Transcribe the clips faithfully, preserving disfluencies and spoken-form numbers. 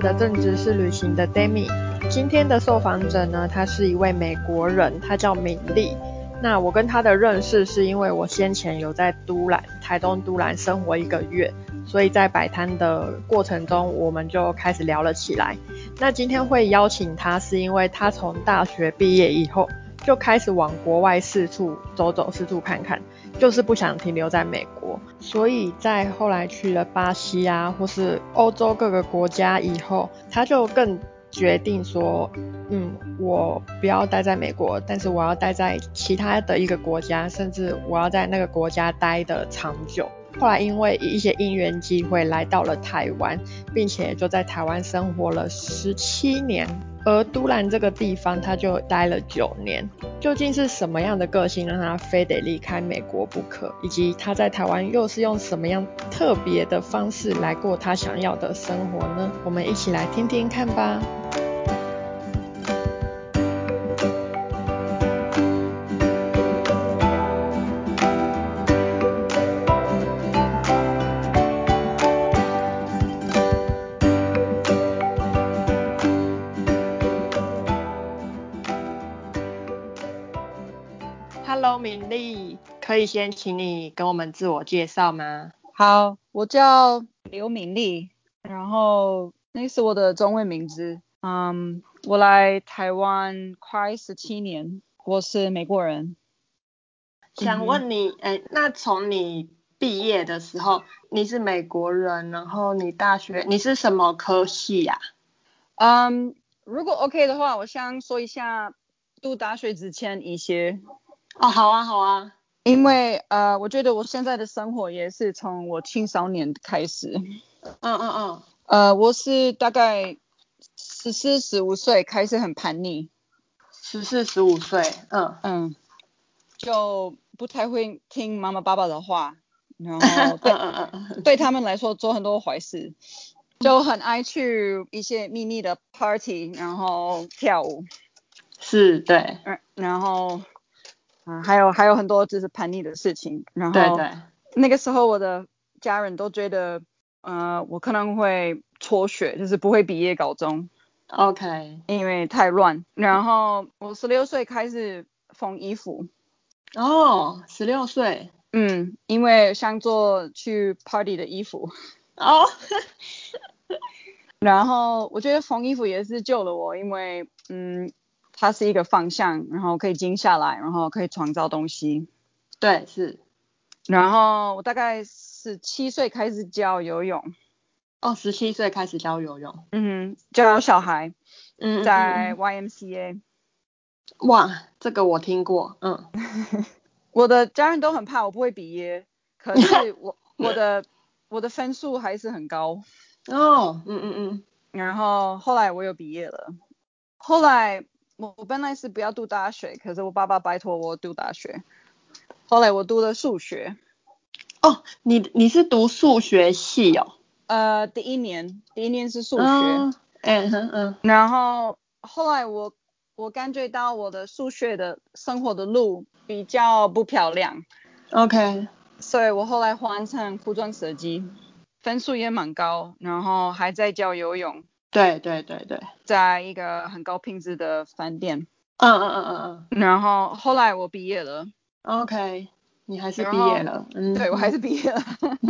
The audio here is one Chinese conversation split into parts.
的正职是旅行的 Demi。今天的受访者呢，他是一位美国人，他叫敏丽。那我跟他的认识是因为我先前有在都兰，台东都兰生活一个月，所以在摆摊的过程中，我们就开始聊了起来。那今天会邀请他，是因为他从大学毕业以后，就开始往国外四处走走，四处看看，就是不想停留在美国。所以在后来去了巴西啊，或是欧洲各个国家以后，他就更决定说，嗯，我不要待在美国，但是我要待在其他的一个国家，甚至我要在那个国家待得长久。后来因为一些因缘机会来到了台湾，并且就在台湾生活了十七年，而都兰这个地方他就待了九年。究竟是什么样的个性让他非得离开美国不可，以及他在台湾又是用什么样特别的方式来过他想要的生活呢？我们一起来听听看吧。Hello， 敏丽，可以先请你跟我们自我介绍吗？ 好，我叫刘敏丽，然后那是我的中文名字。嗯，我来台湾快十七年，我是美国人。 想问你，哎、嗯，那从你毕业的时候，你是美国人，然后你大学你是什么科系呀、 啊？嗯，如果 OK 的话，我想说一下读大学之前一些。 哦，好啊，好啊。 因为呃，我觉得我现在的生活也是从我青少年开始。 嗯嗯嗯。 呃，我是大概十四、十五岁开始很叛逆。 十四、十五岁，嗯嗯，就不太会听妈妈爸爸的话，然后对嗯嗯嗯对他们来说做很多坏事，就很爱去一些秘密的 party， 然后跳舞。 是，对， 嗯，然后嗯，还有还有很多就是叛逆的事情。然后对对。 那个时候我的家人都觉得，呃，我可能会辍学，就是不会毕业高中。 OK。 因为太乱。然后我十六岁开始缝衣服。 哦，十六岁。 嗯，因为想做去 party 的衣服。 哦。 然后我觉得缝衣服也是救了我，因为嗯，它是一个方向，然后可以静下来，然后可以创造东西。 对，是。 然后我大概十七岁开始教游泳。 哦，十七岁开始教游泳。 嗯，教小孩。 嗯嗯在嗯 Y M C A。 哇，这个我听过，嗯。 我的家人都很怕我不会毕业，可是我我的我的分数还是很高。 哦，嗯嗯嗯。 然后后来我又毕业了。后来我本来是不要读大学，可是我爸爸拜托我读大学。后来我读了数学。 哦，你你是读数学系哦？ 呃，第一年第一年是数学。 嗯嗯嗯嗯。 然后后来我我感觉到我的数学的生活的路比较不漂亮。 OK。 所以我后来换成服装设计，分数也蛮高，然后还在教游泳。 对对对对。 在一个很高品质的饭店。 嗯嗯嗯嗯嗯。 然后后来我毕业了。 OK，你还是然后毕业了，嗯对我还是哼。 毕业了。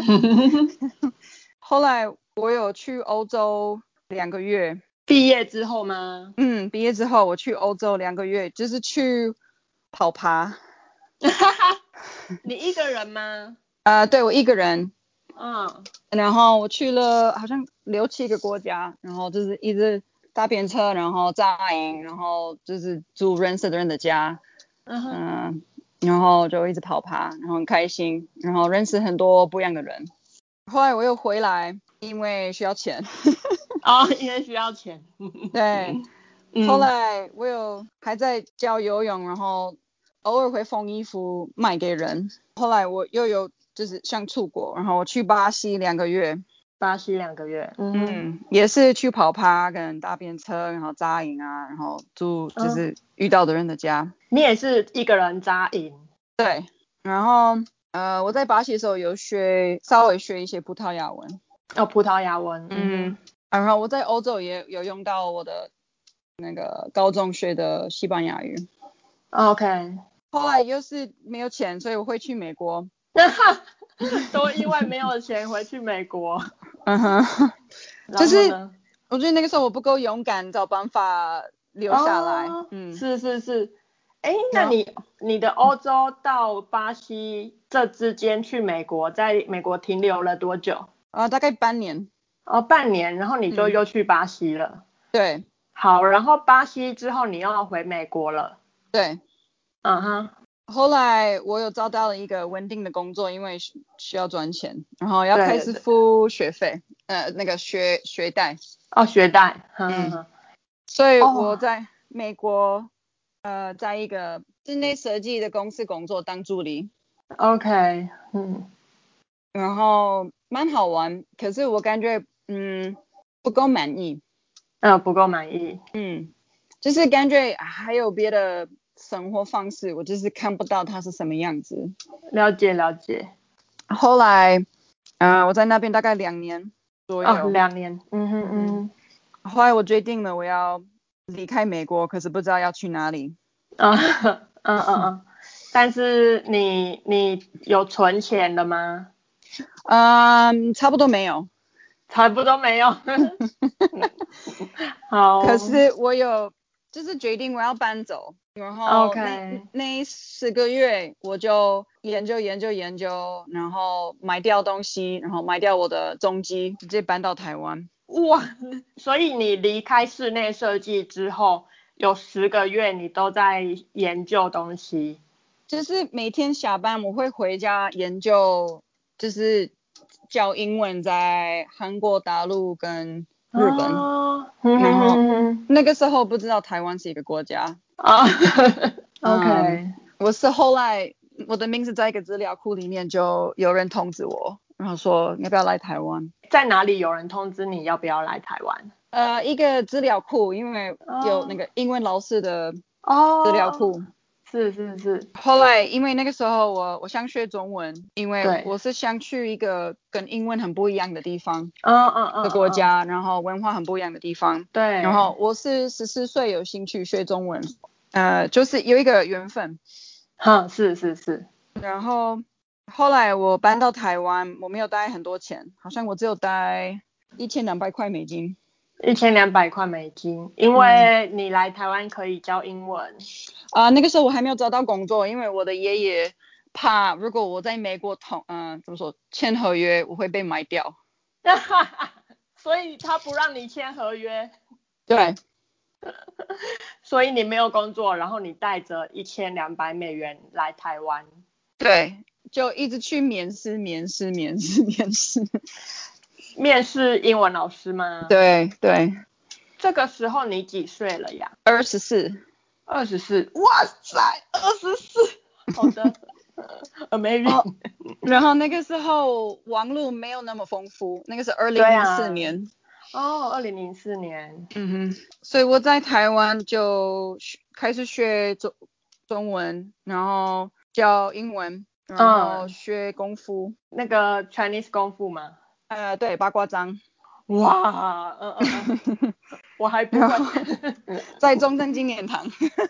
后来我有去欧洲两个月。 毕业之后吗？ 嗯，毕业之后我去欧洲两个月，就是去跑爬。 你一个人吗？ 呃，对，我一个人。 嗯。 然后我去了好像六七个国家，然后就是一直搭便车，然后扎营，然后就是住认识的人的家。 嗯哼。 嗯，然后就一直跑爬，然后很开心，然后认识很多不一样的人。后来我又回来，因为需要钱。 哦，因为需要钱。 对，后嗯。 来我有还在教游泳，然后偶尔会缝衣服卖给人。后来我又有就是想出国，然后我去巴西两个月。 巴西两个月。嗯哼。 嗯，也是去跑趴跟搭便车，然后扎营啊，然后住就嗯， 是遇到的人的家。 你也是一个人扎营？ 对，然后呃我在巴西的时候有学稍微学一些葡萄牙文。 哦，葡萄牙文。嗯嗯， 哼。 然后我在欧洲也有用到我的那个高中学的西班牙语。 OK。 后来又是没有钱，所以我会去美国。 都因为没有钱回去美国。 嗯哼，就是我觉得那个时候我不够勇敢，找办法留下来。 哦、 嗯， 是是是。哎，那你你的欧洲到巴西这之间去美国，在美国停留了多久？ 啊，大概半年。 哦，半年，然后你就又去巴西了。 嗯、对。 好，然后巴西之后你又要回美国了。 对。 嗯哼。 后来我有找到了一个稳定的工作，因为需要赚钱，然后要开始付学费，呃，那个学学贷。 哦，学贷。嗯哼。 所以我在美国，呃，在一个室内设计的公司工作当助理。 OK。嗯。 然后蛮好玩，可是我感觉嗯不够满意。 嗯，不够满意。 嗯，就是感觉还有别的生活方式，我就是看不到它是什么样子。 了解了解。 后来，呃，我在那边大概两年左右。 哦，两年。嗯哼嗯。 后来我决定了我要离开美国，可是不知道要去哪里。 嗯嗯嗯嗯。但是你你有存钱了吗？ 嗯，差不多没有。 差不多没有。好。 可是我有，就是决定我要搬走，然后那 OK。 那十个月我就研究研究研究，然后买掉东西，然后卖掉我的重机，直接搬到台湾。 哇，所以你离开室内设计之后，有十个月你都在研究东西？ 就是每天下班我会回家研究，就是教英文在韩国、大陆跟日本。 哦。 然后那个时候不知道台湾是一个国家。 啊。OK。 嗯，我是后来我的名字在一个资料库里面，就有人通知我，然后说要不要来台湾。 在哪里有人通知你要不要来台湾？ 呃，一个资料库，因为有那个英文老师的资料库。 哦，是是是。 后来因为那个时候我我想学中文，因为我是想去一个跟英文很不一样的地方。 嗯嗯嗯。 的国家，然后文化很不一样的地方。 对。 然后我是十四岁有兴趣学中文，呃，就是有一个缘分。 哈，是是是。 然后后来我搬到台湾，我没有带很多钱，好像我只有带一千两百块美金。 一千两百块美金，因为你来台湾可以教英文。 啊、呃，那个时候我还没有找到工作，因为我的爷爷怕如果我在美国同嗯、呃、怎么说签合约，我会被卖掉。 所以他不让你签合约。 对。 所以你没有工作，然后你带着一千两百美元来台湾。 对，就一直去面试面试面试面试。 面试英文老师吗？ 对对。 这个时候你几岁了呀？ 二十四。 二十四。哇塞，二十四。好的。Amazing。 哦，然后那个时候网络没有那么丰富，那个是二零零四年。 哦，二零零四年。 嗯哼，所以我在台湾就开始学中中文，然后教英文，然后学功夫。 那个 Chinese 功夫吗？ 呃，对，八卦掌。 哇，嗯嗯嗯，我还不会。 在中正纪念堂。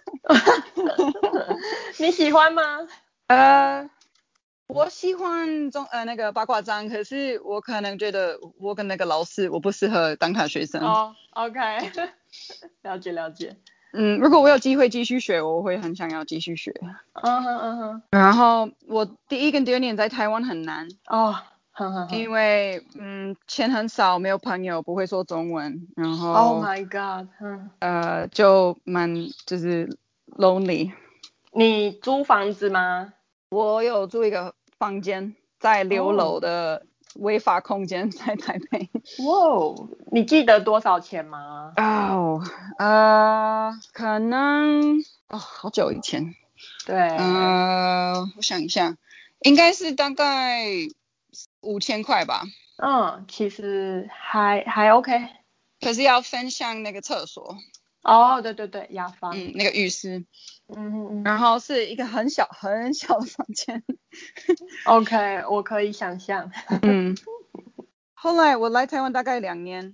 你喜欢吗？ 呃，我喜欢中呃那个八卦掌，可是我可能觉得我跟那个老师我不适合当他学生。 哦、oh, ，OK。了解了解。 嗯，如果我有机会继续学，我会很想要继续学。 嗯哼嗯哼。 然后我第一跟第二年在台湾很难。 哦，哼哼哼。 因为嗯钱很少，没有朋友，不会说中文，然后 Oh my god。嗯。 呃就蛮就是 lonely。 你租房子吗？ 我有住一个房间，在六楼的违法空间，在台北。 哇，你记得多少钱吗？ 哦，呃，可能哦，好久以前。 对。 呃，我想一下，应该是大概五千块吧。 嗯，其实还还 OK。 可是要分享那个厕所。 哦，对对对，雅房。 嗯，那个浴室。 嗯嗯嗯。 然后是一个很小很小的房间。 OK，我可以想象。 嗯。后来我来台湾大概两年以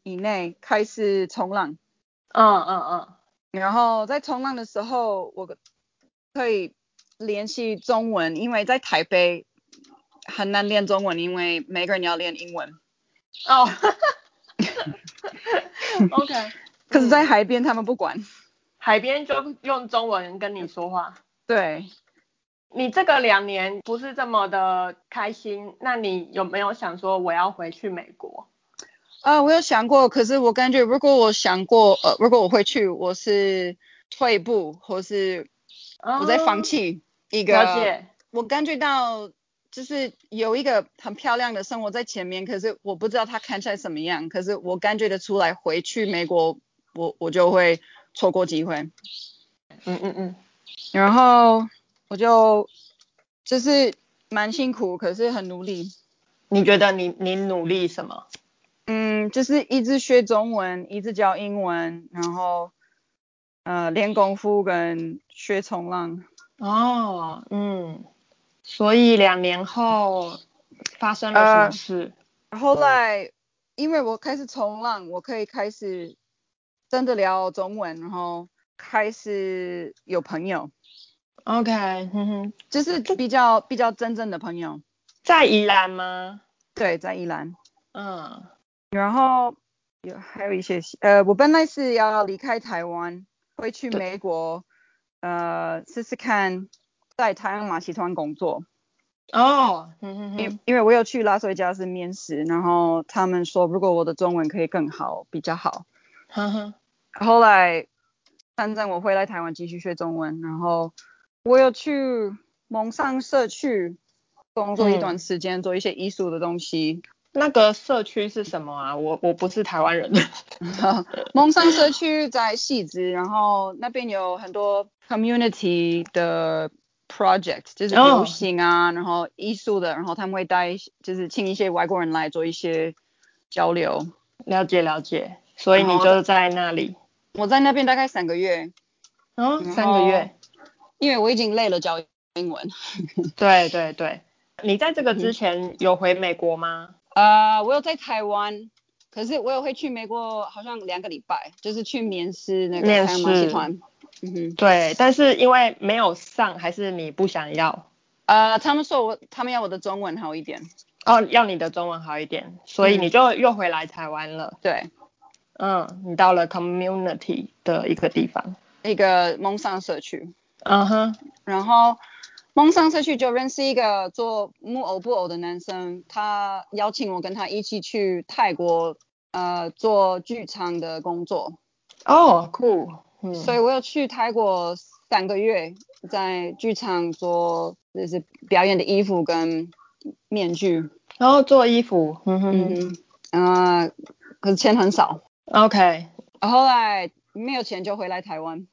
以内开始冲浪。 嗯嗯嗯。 然后在冲浪的时候，我可以联系中文，因为在台北很难练中文，因为每个人要练英文。 哦。OK。 可是，在海边他们不管， 海边就用中文跟你说话。 对。 你这个两年不是这么的开心，那你有没有想说我要回去美国？ 呃，我有想过，可是我感觉如果我想过，呃，如果我回去，我是退步，或是我在放弃一个。 哦，了解。 我感觉到就是有一个很漂亮的生活在前面，可是我不知道它看起来什么样，可是我感觉得出来回去美国，我我就会错过机会。 嗯嗯嗯。 然后我就就是蛮辛苦，可是很努力。 你觉得你你努力什么？ 嗯，就是一直学中文，一直教英文，然后呃练功夫跟学冲浪。 哦，嗯，所以两年后发生了什么事？ 呃，后来因为我开始冲浪，我可以开始真的聊中文，然后开始有朋友。 OK。哼哼。 就是比较比较真正的朋友。 在宜兰吗？ 对，在宜兰。 嗯。 然后有还有一些呃，我本来是要离开台湾，回去美国，呃，试试看在太阳马戏团工作。 哦。嗯哼因哼。 因为我有去拉斯维加斯面试，然后他们说如果我的中文可以更好比较好。 哼哼。 后来反正我回来台湾继续学中文，然后我有去蒙上社区工作一段时间，做一些艺术的东西。 那个社区是什么啊？我我不是台湾人。 蒙上社区在汐止，然后那边有很多 community 的 project， 就是游行啊，然后艺术的，然后他们会带就是请一些外国人来做一些交流。 了解了解。所以你就在那里？ 我在那边大概三个月。 哦，三个月。 因为我已经累了教英文。 对对对。你在这个之前有回美国吗？ 呃，我有在台湾，可是我有会去美国，好像两个礼拜，就是去面试那个太阳马戏团。嗯哼。 对，但是因为没有上，还是你不想要？ 呃，他们说我，他们要我的中文好一点。 哦，要你的中文好一点，所以你就又回来台湾了。 对。 嗯，你到了 community 的一个地方， 一个蒙桑社区。 嗯哼。 然后蒙桑社区就认识一个做木偶布偶的男生，他邀请我跟他一起去泰国呃做剧场的工作。 哦，酷。嗯。 所以我有去泰国三个月，在剧场做就是表演的衣服跟面具。 然后做衣服。嗯哼哼。嗯哼。呃，可是钱很少。 OK。 后来没有钱就回来台湾。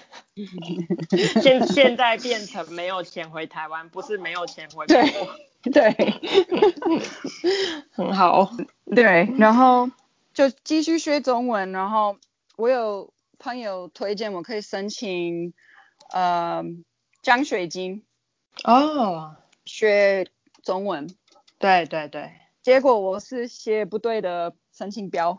现现在变成没有钱回台湾，不是没有钱回美国。 对。对。 很好。 对，然后就继续学中文，然后我有朋友推荐我可以申请呃奖学金。 哦。 学中文。 对对对。 结果我是写不对的申请表。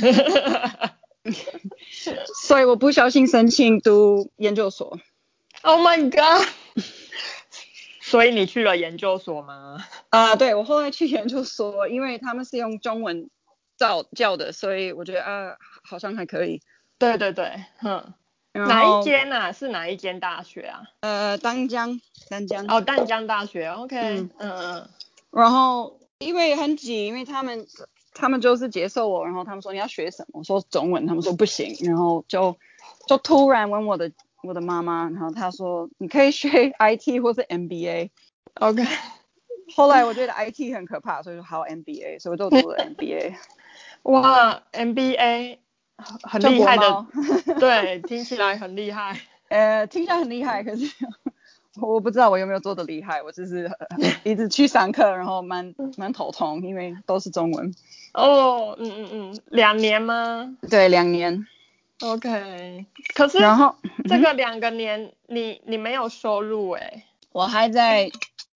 所以我不小心申请读研究所。 Oh my god。所以你去了研究所吗？ 啊、呃，对，我后来去研究所，因为他们是用中文教教的，所以我觉得啊，好像还可以。 对对对。哼。哪一间啊？是哪一间大学啊？ 呃，淡江，淡江。 哦，淡江大学。OK。 嗯嗯嗯。 然后因为很急，因为他们他们就是接受我，然后他们说你要学什么，我说中文，他们说不行，然后就就突然问我的我的妈妈，然后她说你可以学 I T 或是 M B A。OK。后来我觉得 I T 很可怕，所以说好 M B A， 所以我就读了 M B A。 哇 ，M B A 很厉害的。对，听起来很厉害。 呃，听起来很厉害，可是我不知道我有没有做的厉害，我只是一直去上课，然后蛮蛮头痛，因为都是中文。 哦，嗯嗯嗯，两年吗？ 对，两年。 OK。可是然后这个两个年，你你没有收入哎。 我还在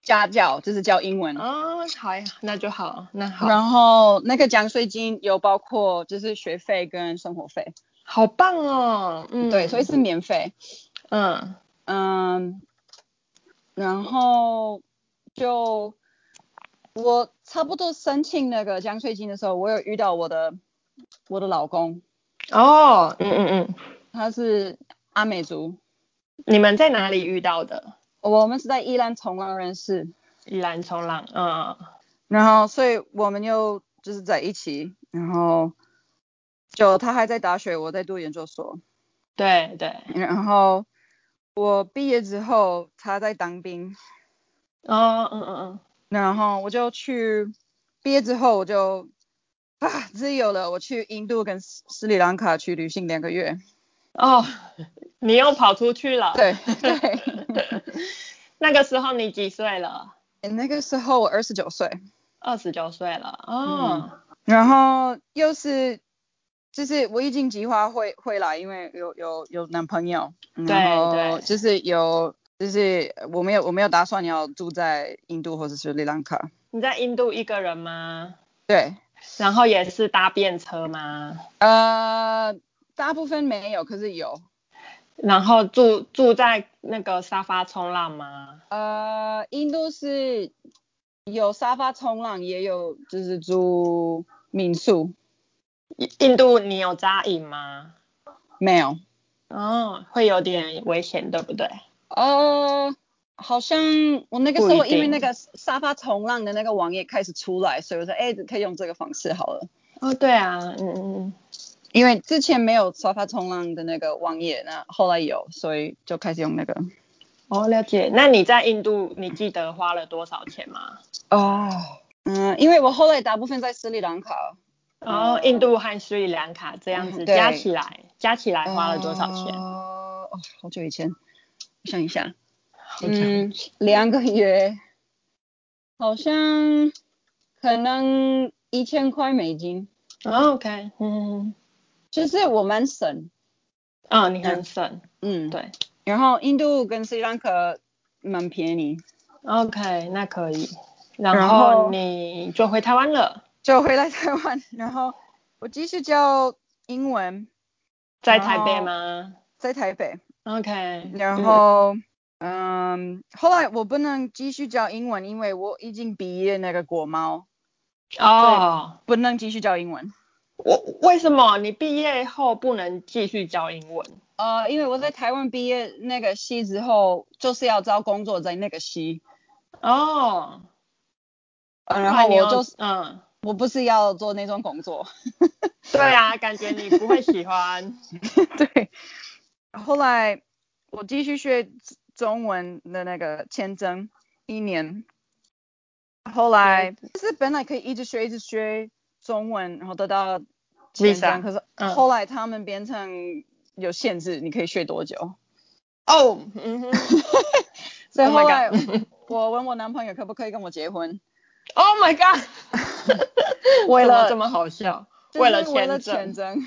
家教，就是教英文。 哦，好呀，那就好，那好。 然后那个奖学金有包括就是学费跟生活费。 好棒哦，嗯， 对，所以是免费。 嗯嗯，然后就我差不多申请那个奖学金的时候，我有遇到我的我的老公。 哦，嗯嗯嗯， 他是阿美族。 你们在哪里遇到的？ 我们是在宜兰冲浪认识。 宜兰冲浪，嗯， 然后所以我们又就是在一起，然后就他还在大学，我在读研究所。 对对， 然后我毕业之后，他在当兵。 哦，嗯嗯嗯， 然后我就去，毕业之后我就啊自由了，我去印度跟斯斯里兰卡去旅行两个月。 哦，你又跑出去了。 对对。 那个时候你几岁了？ 那个时候我二十九岁。 二十九岁了。 嗯， 哦， 然后又是就是我已经计划会回来，因为有有有男朋友，然对对， 后就是有就是我没有我没有打算要住在印度或者是斯里兰卡。 你在印度一个人吗？ 对。 然后也是搭便车吗？ 呃，大部分没有，可是有。 然后住住在那个沙发冲浪吗？ 呃，印度是有沙发冲浪，也有就是住民宿。 印印度你有扎营吗？ 没有。 哦，会有点危险，对不对？ 呃，好像我那个时不一候因为那定。 个沙发冲浪的那个网页开始出来，所以我说，哎，可以用这个方式好了。 哦，对啊，嗯嗯嗯。 因为之前没有沙发冲浪的那个网页，那后来有，所以就开始用那个。 哦，了解。那你在印度，你记得花了多少钱吗？ 哦，嗯，因为我后来大部分在斯里兰卡。 哦，印呃， 度和斯里兰卡这样嗯， 子加对。 起来，加起来花了多少钱？ 呃，哦，好久以前，我想一下。 好像。 嗯，两个月，好像可能一千块美金。 哦，OK，嗯， 就是我蛮省。 哦，你嗯很省， 嗯， 对然后印度跟斯里兰卡蛮便宜。 ，OK，那可以。然后然后你就回台湾了， 就回来台湾，然后我继续教英文。然在台北后吗在台北。 ？OK， 然嗯， 后嗯，后来我不能继续教英文，因为我已经毕业那个国贸，所以哦， 不能继续教英文。 我为什么你毕业后不能继续教英文？ 呃，因为我在台湾毕业那个系之后，就是要找工作在那个系。 哦， 呃，然不然你有， 后我就是嗯， 我不是要做那种工作。 对啊，感觉你不会喜欢。 对。后来我继续学中文的那个签证一年。后来学就是本来可以一直学一直学中文，然后得到签证， Visa， 可是嗯， 后来他们变成有限制，你可以学多久。 哦，嗯哼所以 ，Oh my 后来 God，Oh 我问我男朋友可不可以跟我结婚。 my God， 为了怎么这么好笑？ 就为了是为了签证。 签证。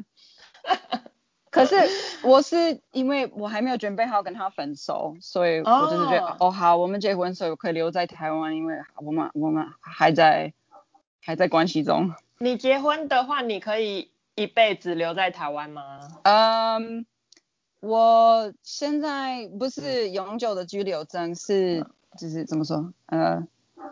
可是我是因为我还没有准备好跟他分手，所以我就是觉得哦， 哦好，我们结婚，所以我可以留在台湾，因为我们我们还在还在关系中。 你结婚的话，你可以一辈子留在台湾吗？ 嗯，我现在不是永久的居留证，是就是怎么说，呃，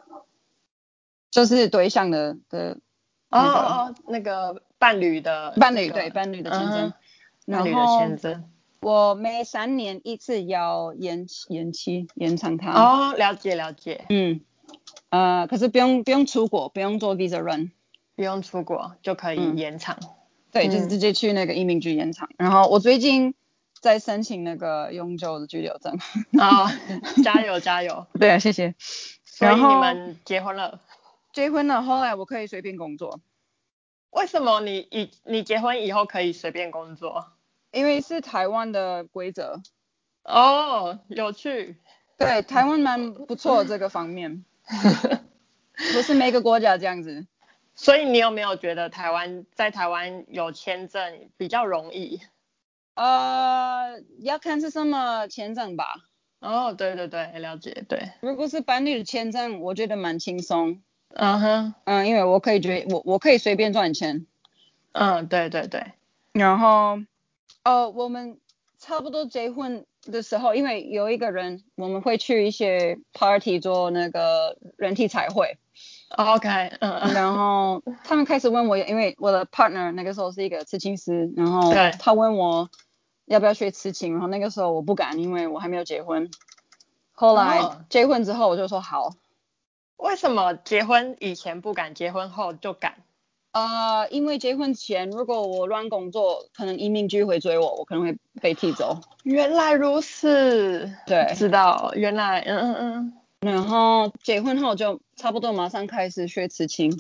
就是对象的的哦那个哦哦，那个伴侣的伴侣，对那个， 伴侣的签证。 嗯哼，伴侣的然后签证。 我每三年一次要延期延期延长它。 哦，了解了解， 嗯，呃，可是不用不用出国，不用做 visa run。 不用出国就可以嗯， 延长。 对，就是直嗯， 接去那个移民局延长。然后我最近在申请那个永久的居留证。 哦，加油加油！ 对啊，谢谢。 所以你然后们结婚了？ 结婚了，后来我可以随便工作。 为什么你以你结婚以后可以随便工作？ 因为是台湾的规则。 哦，有趣。 对，台湾蛮不错这个方面，不是每个国家这样子。 所以你有没有觉得台湾在台湾有签证比较容易？ 呃，要看是什么签证吧。 哦，对对对，了解，对。 如果是伴侣的签证，我觉得蛮轻松。 嗯哼。 嗯，因为我可以觉我我可以随便赚钱。 嗯，对对对。 然后，哦，我们差不多结婚的时候，因为有一个人，我们会去一些 party 做那个人体彩绘。 OK。嗯嗯。 然后他们开始问我，因为我的 partner 那个时候是一个刺青师，然后对。 他问我要不要学刺青，然后那个时候我不敢，因为我还没有结婚。后来哦， 结婚之后，我就说好。 为什么结婚以前不敢，结婚后就敢？ 呃，因为结婚前如果我乱工作，可能移民局会追我，我可能会被踢走。 原来如此， 对。 知道，原来，嗯嗯嗯。 然后结婚后就差不多马上开始学刺青，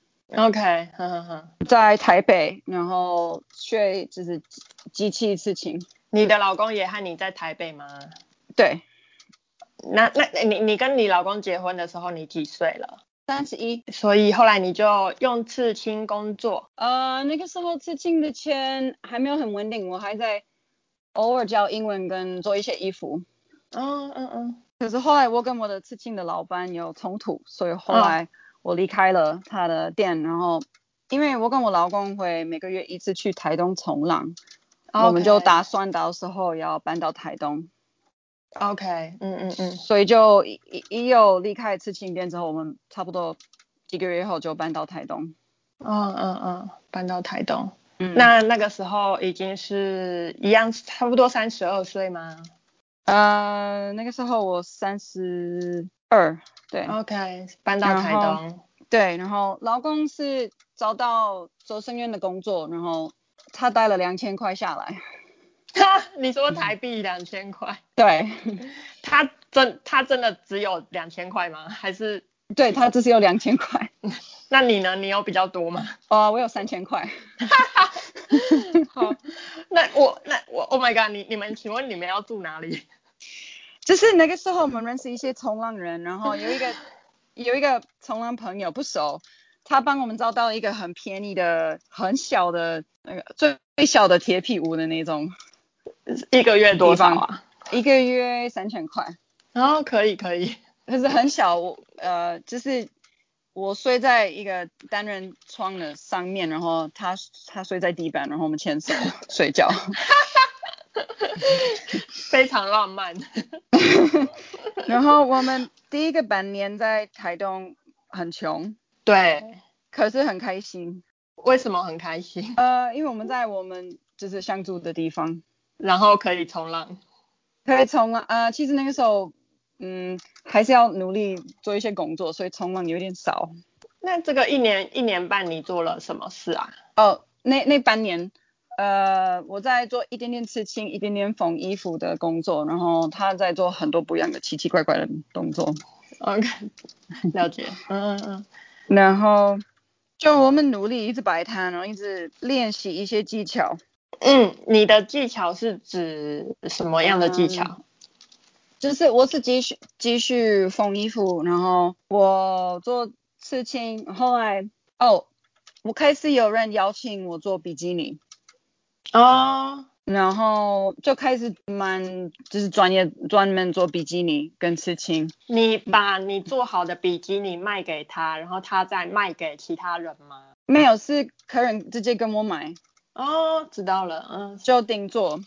OK。呵呵呵。 在台北，然后学就是机器刺青。 你的老公也和你在台北吗？ 对。 那那你你跟你老公结婚的时候你几岁了？ 三十一。 所以后来你就用刺青工作。 呃，那个时候刺青的钱还没有很稳定，我还在偶尔教英文跟做一些衣服。 嗯嗯嗯。 可是后来我跟我的刺青的老板有冲突，所以后嗯来我离开了他的店，然后因为我跟我老公会每个月一次去台东冲浪，我们就打算到时候要搬到台东。 OK。嗯嗯嗯。 所以就一一一有离开刺青店之后，我们差不多几个月后就搬到台东。 嗯嗯嗯。搬到台东。 嗯。 那那个时候已经是一样差不多三十二岁吗？ 呃，那个时候我三十二。对。 OK。搬到然后台东。 对，然后老公是找到救生员的工作，然后他带了两千块下来。 哈，你说台币两千块？ 对。 他真他真的只有两千块吗？还是？ 对，他只是有两千块。 那你呢？你有比较多吗？ 哦，我有三千块。 好，那我那我 Oh my god，你你们请问你们要住哪里？ 就是那个时候我们认识一些冲浪人，然后有一个有一个冲浪朋友不熟，他帮我们找到一个很便宜的很小的那个最最小的铁皮屋的那种一个月多地方， 少啊？ 一个月三千块。 然后可以可以。 可是很小，我呃就是我睡在一个单人床的上面，然后他他睡在地板，然后我们牵手睡觉。 非常浪漫。 然后我们第一个半年在台东很穷， 对。 可是很开心。 为什么很开心？ 呃，因为我们在我们就是相住的地方， 然后可以冲浪。 可以冲浪。呃，其实那个时候，嗯，还是要努力做一些工作，所以冲浪有点少。 那这个一年一年半你做了什么事啊？ 哦，那那半年，呃，我在做一点点刺青、一点点缝衣服的工作，然后他在做很多不一样的奇奇怪怪的动作。 OK。了解。嗯嗯嗯。 然后就我们努力一直摆摊，然后一直练习一些技巧。 嗯，你的技巧是指什么样的技巧？ 嗯，就是我是继续继续缝衣服，然后我做刺青，后来哦，我开始有人邀请我做比基尼， 哦， 然后就开始蛮就是专业专门做比基尼跟刺青。 你把你做好的比基尼卖给他，然后他再卖给其他人吗？ 没有，是客人直接跟我买， 哦，知道了。嗯就定做。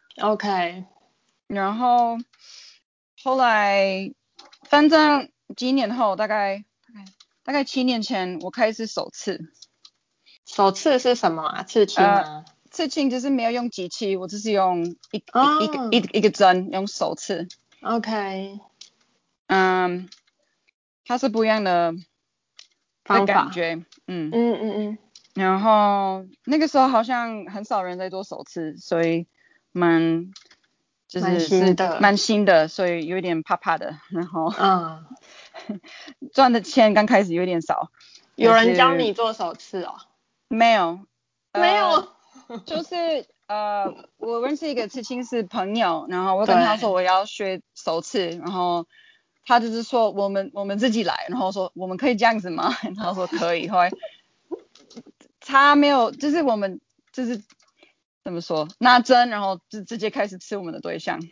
，OK。 然后后来反正几年后，大概大概大概七年前，我开始手刺。 手刺是什么啊？刺青呃， 吗？ 刺青就是没有用机器，我只是用一一一个一哦一个针用手刺。 ，OK。 嗯，它是不一样的的方法。 感觉。嗯。 嗯嗯嗯。 然后那个时候好像很少人在做手刺，所以蛮就蛮是是新的。 蛮新的，所以有点怕怕的。然后嗯， 赚的钱刚开始有点少，但有人教是你做手刺哦？ 没有。呃， 没有。 就是呃，我认识一个刺青师朋友，然后我跟他说对。 我要学手刺，然后他就是说我们我们自己来，然后说我们可以这样子吗？他说可以。后来他没有，就是我们就是怎么说拿针，然后直直接开始刺我们的对象。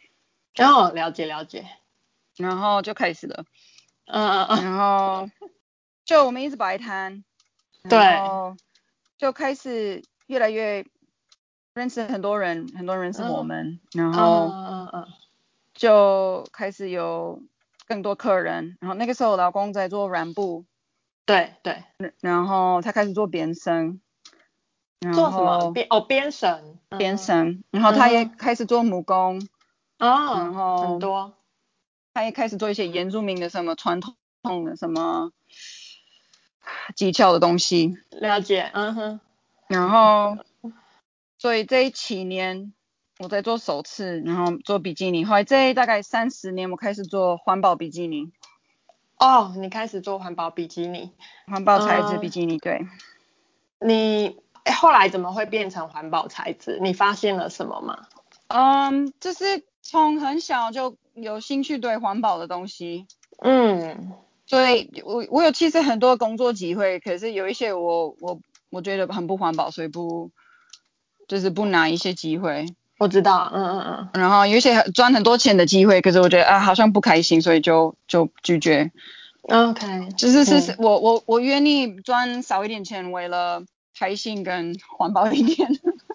哦，了解了解。 然后就开始了， 嗯嗯嗯， 然后就我们一直摆摊，然对， 后就开始越来越认识很多人，很多人认识我嗯们，然嗯后嗯嗯就开始有更多客人。然后那个时候我老公在做染布， 对对， 然后他开始做编绳，然做什么后编哦编绳，嗯哼编绳，然后他也嗯哼， 开始做木工，然哦，很后多， 他也开始做一些原住民的什么传统的什么技巧的东西， 了解，嗯哼， 然后所以这七年我在做首次，然后做比基尼，后来这大概三十年我开始做环保比基尼， 哦，你开始做环保比基尼， 环保材质比嗯， 基尼，对。 你诶后来怎么会变成环保材质？你发现了什么吗？ 嗯，就是从很小就有兴趣对环保的东西， 嗯， 所以我我有其实很多工作机会，可是有一些我我我觉得很不环保，所以不就是不拿一些机会。 我知道，嗯嗯然后有一些赚很多钱的机会，可是我觉得啊好像不开心，所以就就拒绝。 嗯，OK， 就是是嗯。 我我我愿意赚少一点钱，为了开心跟环保一点。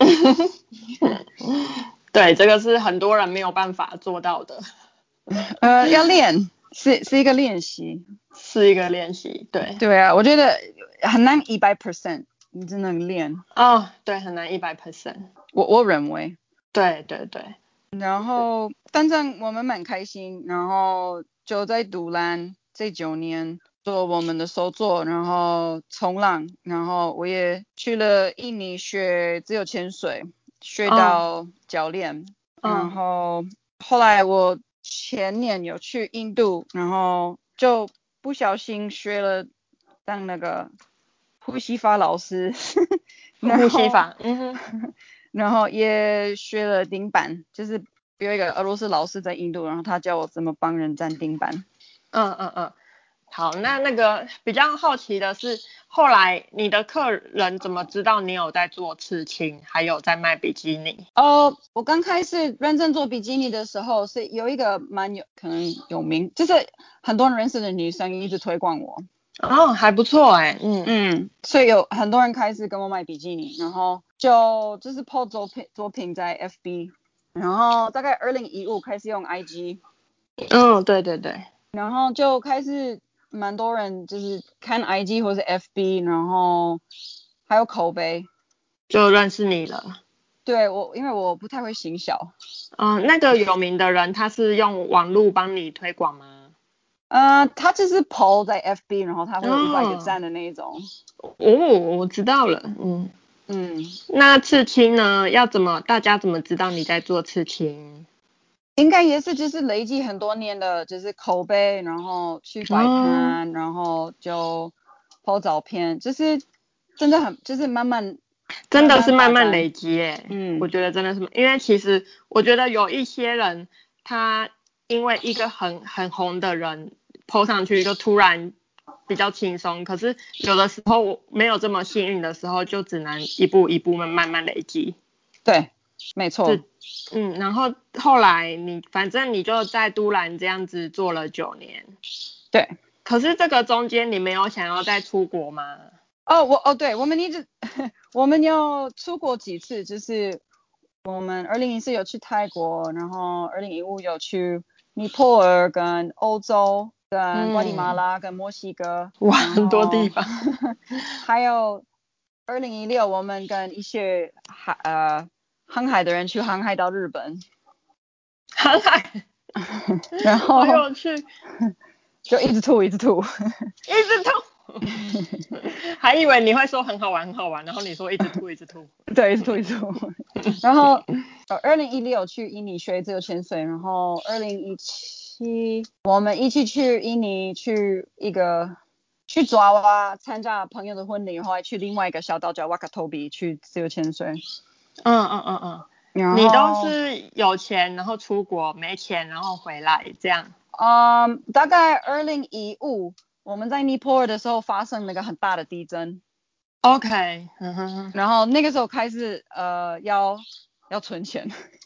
对，这个是很多人没有办法做到的， 呃，要练，是是一个练习。 是一个练习。对， 对啊，我觉得很难一百 percent，你只能练。 哦，对，很难一百 percent。 我我认为。 对对对， 然后，反正我们蛮开心，然后就在杜兰这九年做我们的手作，然后冲浪，然后我也去了印尼学自由潜水，学嗯到教练，然嗯， 后后来我前年有去印度，然后就不小心学了当那个呼吸法老师，然后呼吸法，嗯哼， 然后也学了钉板，就是有一个俄罗斯老师在印度，然后他教我怎么帮人站钉板。 嗯嗯嗯。好，那那个比较好奇的是，后来你的客人怎么知道你有在做刺青，还有在卖比基尼？ 哦，我刚开始认真做比基尼的时候，是有一个蛮有可能有名，就是很多人认识的女生一直推广我， 哦，还不错哎，嗯嗯，所以有很多人开始跟我买比基尼，然后就就是 po 作品作品在 F B，然后大概二零一五开始用 I G， 嗯，对对对， 然后就开始蛮多人就是看 I G 或是 F B，然后还有口碑。 就认识你了。 对我，因为我不太会行销， 嗯，那个有名的人他是用网络帮你推广吗？ 呃，他就是 po 在 F B，然后他会有五百个哦， 赞的那一种。 哦，我知道了，嗯， 嗯， 那刺青呢？要怎么大家怎么知道你在做刺青？ 应该也是就是累积很多年的，就是口碑，然后去摆哦， 摊，然后就 po 照片，就是真的很就是慢慢真的是慢慢慢慢累发展。 积耶，我嗯， 觉得真的是，因为其实我觉得有一些人，他因为一个很很红的人 po 上去，就突然比较轻松，可是有的时候没有这么幸运的时候，就只能一步一步慢慢慢累积。 对，没错。 是，嗯，然后后来你反正你就在都兰这样子做了九年， 对。 可是这个中间你没有想要再出国吗？ 哦，我哦，对，我们一直我们有出国几次，就是我们二零一四有去泰国，然后二零一五有去尼泊尔跟欧洲，跟瓜地马嗯， 拉跟墨西哥， 哇， 然很多地后方， 还有二零一六我们跟一些海呃航海的人去航海到日本， 航海， 然好后有趣， 就一直吐一直吐。 一直吐，还以为你会说很好玩很好玩，然后你说一直吐一直吐， 对，一直吐一直吐。然后呃，二零一六去印尼学自由潜水，然后二零一七我们一起去印尼去一个去爪哇参加朋友的婚礼，然后还去另外一个小岛叫瓦卡托比去自由潜水。 嗯嗯嗯嗯， 然你都后是有钱然后出国，没钱然后回来这样。 嗯，大概二零一五我们在尼泊尔的时候发生那个很大的地震， OK，嗯哼哼， 然后那个时候开始呃要要存钱。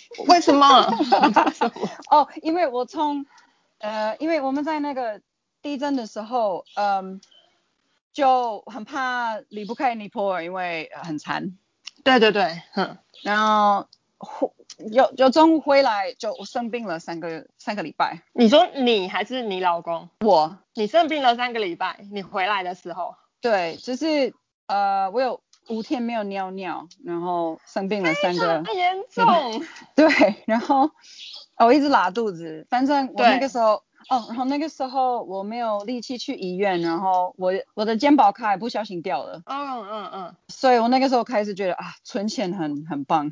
为什么？为什么？ 哦，因为我从呃，因为我们在那个地震的时候，嗯，就很怕离不开尼泊尔，因为很惨。 对对对，哼。 然后有有中午回来就我生病了三个三个礼拜。 你说你还是你老公？ 我。 你生病了三个礼拜，你回来的时候？ 对，就是呃，我有五天没有尿尿，然后生病了三个太严重。 对，然后我一直拉肚子，反正我那个时候哦，然后那个时候我没有力气去医院，然后我我的健保卡也不小心掉了。 嗯嗯嗯。 所以我那个时候开始觉得啊，存钱很很棒。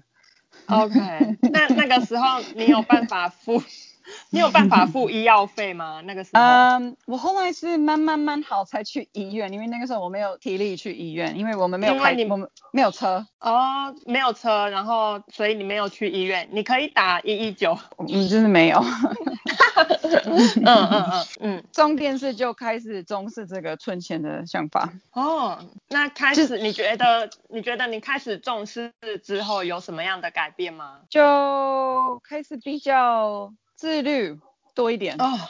OK，那那个时候你有办法付，你有办法付医药费吗？那个时候？ 嗯，我后来是慢慢慢好才去医院，因为那个时候我没有体力去医院，因为我们没有开，我们没有车。 哦，没有车，然后所以你没有去医院，你可以打一一九。 嗯，就是没有。 嗯嗯嗯嗯。 重点是就开始重视这个存钱的想法。 哦，那开始你觉得你觉得你开始重视之后有什么样的改变吗？ 就开始比较自律多一点。 哦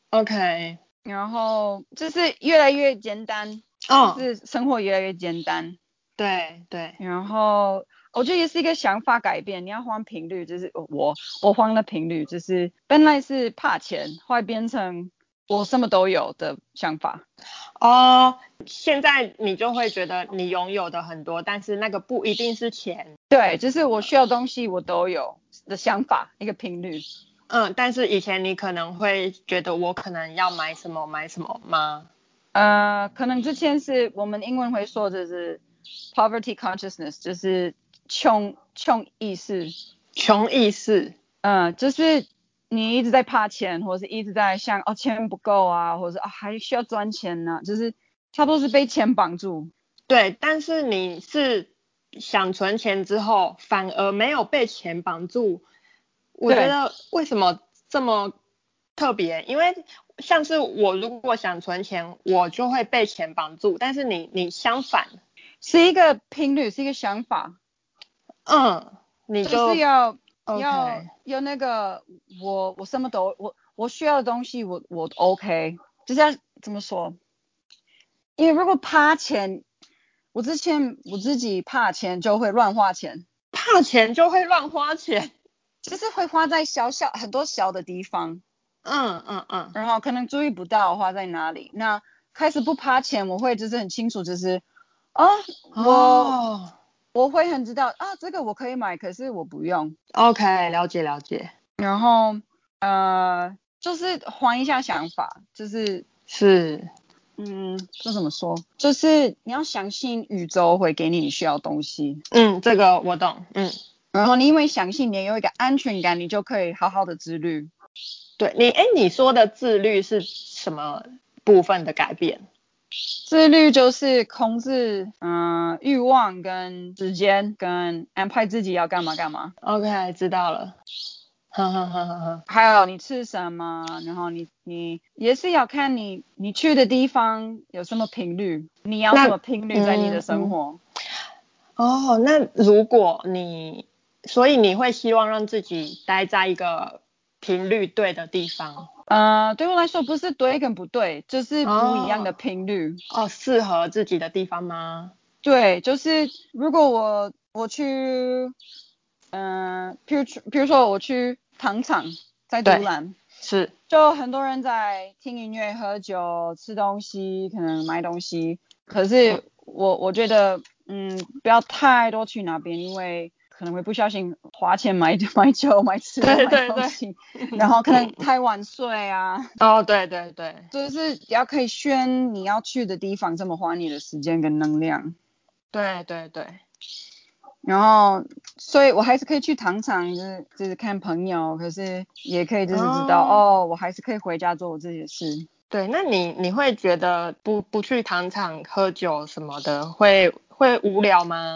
，OK。 然后就是越来越简单， 哦， 就是生活越来越简单。 对对。 然后我觉得也是一个想法改变，你要换频率，就是我我换了频率，就是本来是怕钱，后来变成我什么都有的想法。 哦，现在你就会觉得你拥有的很多，但是那个不一定是钱。 对，就是我需要东西我都有的想法，一个频率。 嗯，但是以前你可能会觉得我可能要买什么买什么吗？ 呃，可能之前是我们英文会说的是 poverty consciousness，就是穷穷意识。 穷意识。 嗯，就是你一直在怕钱，或者是一直在想哦钱不够啊，或者是啊还需要赚钱呢、啊，就是差不多是被钱绑住。 对，但是你是想存钱之后，反而没有被钱绑住。我觉得为什么这么特别？因为像是我如果想存钱，我就会被钱绑住，但是你你相反， 是一个频率，是一个想法。 嗯，你就就是要 OK。 要有那个我我什么都我我需要的东西我我 OK， 就是要怎么说？因为如果怕钱，我之前我自己怕钱就会乱花钱。 怕钱就会乱花钱。 就是会花在小小很多小的地方。 嗯嗯嗯。 然后可能注意不到花在哪里。那开始不怕钱，我会就是很清楚，就是啊，我、 哦、 我会很知道啊，这个我可以买，可是我不用。 OK，了解了解。 然后呃，就是换一下想法，就是是。 嗯，这怎么说？就是你要相信宇宙会给你你需要的东西。 嗯，这个我懂。嗯。 然后你因为相信你有一个安全感，你就可以好好的自律。 对你，哎，你说的自律是什么部分的改变？ 自律就是控制嗯、呃、欲望跟时间跟安排自己要干嘛干嘛。 OK，知道了。哈哈哈哈哈。 还有你吃什么，然后你你也是要看你你去的地方有什么频率，你要什么频率在你的生活。 嗯嗯、哦，那如果你，所以你会希望让自己待在一个频率对的地方？ 呃，对我来说不是对跟不对，就是不一样的频率。 哦，适合自己的地方吗？ 对，就是如果我我去，嗯、呃，比如比如说我去糖厂在都兰， 是， 就很多人在听音乐、喝酒、吃东西，可能买东西。可是我我觉得，嗯，不要太多去那边，因为可能会不小心花钱买买酒、买吃的、买东西，然后可能太晚睡啊。 哦，对对对， 就是要可以选你要去的地方，这么花你的时间跟能量。 对对对。 然后，所以我还是可以去糖厂，就是就是看朋友，可是也可以就是知道，哦，哦我还是可以回家做我自己的事。 对，那你你会觉得不不去糖厂喝酒什么的会会无聊吗？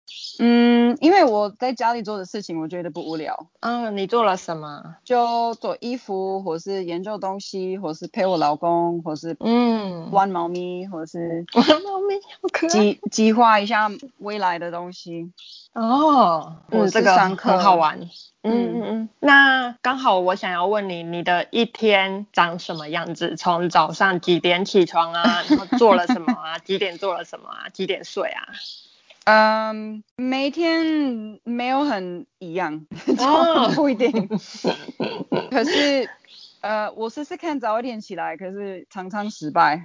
嗯，因为我在家里做的事情，我觉得不无聊， 嗯，你做了什么？ 就做衣服，或是研究东西，或是陪我老公，或是嗯， 玩猫咪，或是我的猫咪好可爱。 计计划一下未来的东西。 哦，嗯，这或是个上课很好玩。嗯嗯嗯嗯，那刚好我想要问你，你的一天长什么样子？从早上几点起床啊？然后做了什么啊？几点做了什么啊？几点睡啊？ 嗯，每天没有很一样， 哦， 就不一定。可是，呃，我试试看早一点起来，可是常常失败。